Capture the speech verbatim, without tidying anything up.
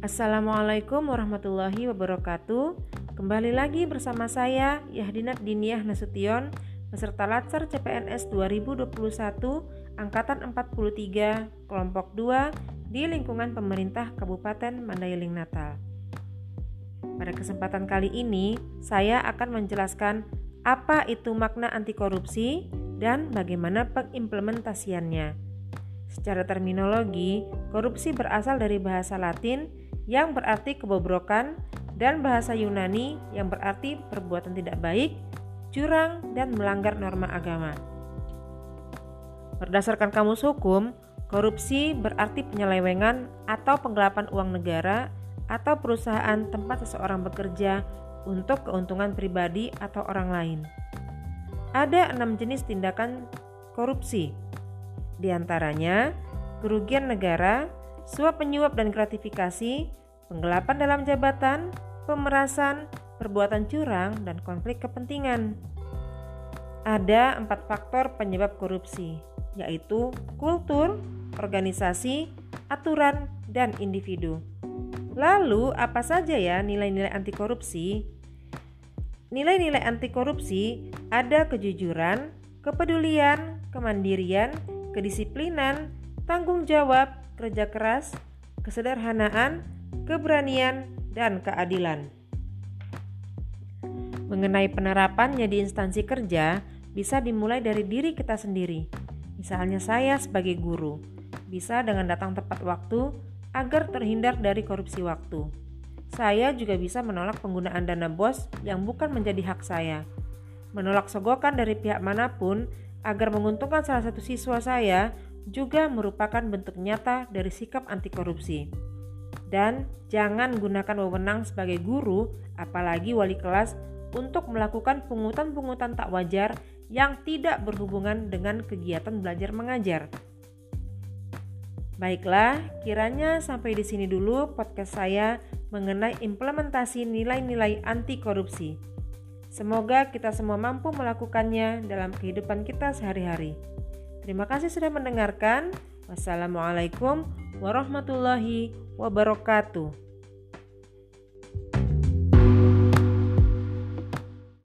Assalamualaikum warahmatullahi wabarakatuh. Kembali lagi bersama saya Yahdinat Diniyah Nasution, peserta Latsar C P N S dua ribu dua puluh satu Angkatan empat puluh tiga Kelompok dua di lingkungan pemerintah Kabupaten Mandailing Natal. Pada kesempatan kali ini, saya akan menjelaskan apa itu makna anti korupsi dan bagaimana pengimplementasiannya. Secara terminologi, korupsi berasal dari bahasa Latin yang berarti kebobrokan dan bahasa Yunani yang berarti perbuatan tidak baik, curang, dan melanggar norma agama. Berdasarkan Kamus Hukum, korupsi berarti penyelewengan atau penggelapan uang negara atau perusahaan tempat seseorang bekerja untuk keuntungan pribadi atau orang lain. Ada enam jenis tindakan korupsi. Di antaranya, kerugian negara, suap menyuap dan gratifikasi, penggelapan dalam jabatan, pemerasan, perbuatan curang, dan konflik kepentingan. Ada empat faktor penyebab korupsi, yaitu kultur, organisasi, aturan, dan individu. Lalu, apa saja ya nilai-nilai anti korupsi? Nilai-nilai anti korupsi ada kejujuran, kepedulian, kemandirian, kedisiplinan, tanggung jawab, kerja keras, kesederhanaan, keberanian, dan keadilan. Mengenai penerapannya di instansi kerja, bisa dimulai dari diri kita sendiri. Misalnya saya sebagai guru, bisa dengan datang tepat waktu agar terhindar dari korupsi waktu. Saya juga bisa menolak penggunaan dana bos yang bukan menjadi hak saya. Menolak sogokan dari pihak manapun agar menguntungkan salah satu siswa saya juga merupakan bentuk nyata dari sikap anti korupsi. Dan jangan gunakan wewenang sebagai guru, apalagi wali kelas, untuk melakukan pungutan-pungutan tak wajar yang tidak berhubungan dengan kegiatan belajar mengajar. Baiklah, kiranya sampai di sini dulu podcast saya mengenai implementasi nilai-nilai anti korupsi. Semoga kita semua mampu melakukannya dalam kehidupan kita sehari-hari. Terima kasih sudah mendengarkan. Wassalamualaikum warahmatullahi wabarakatuh.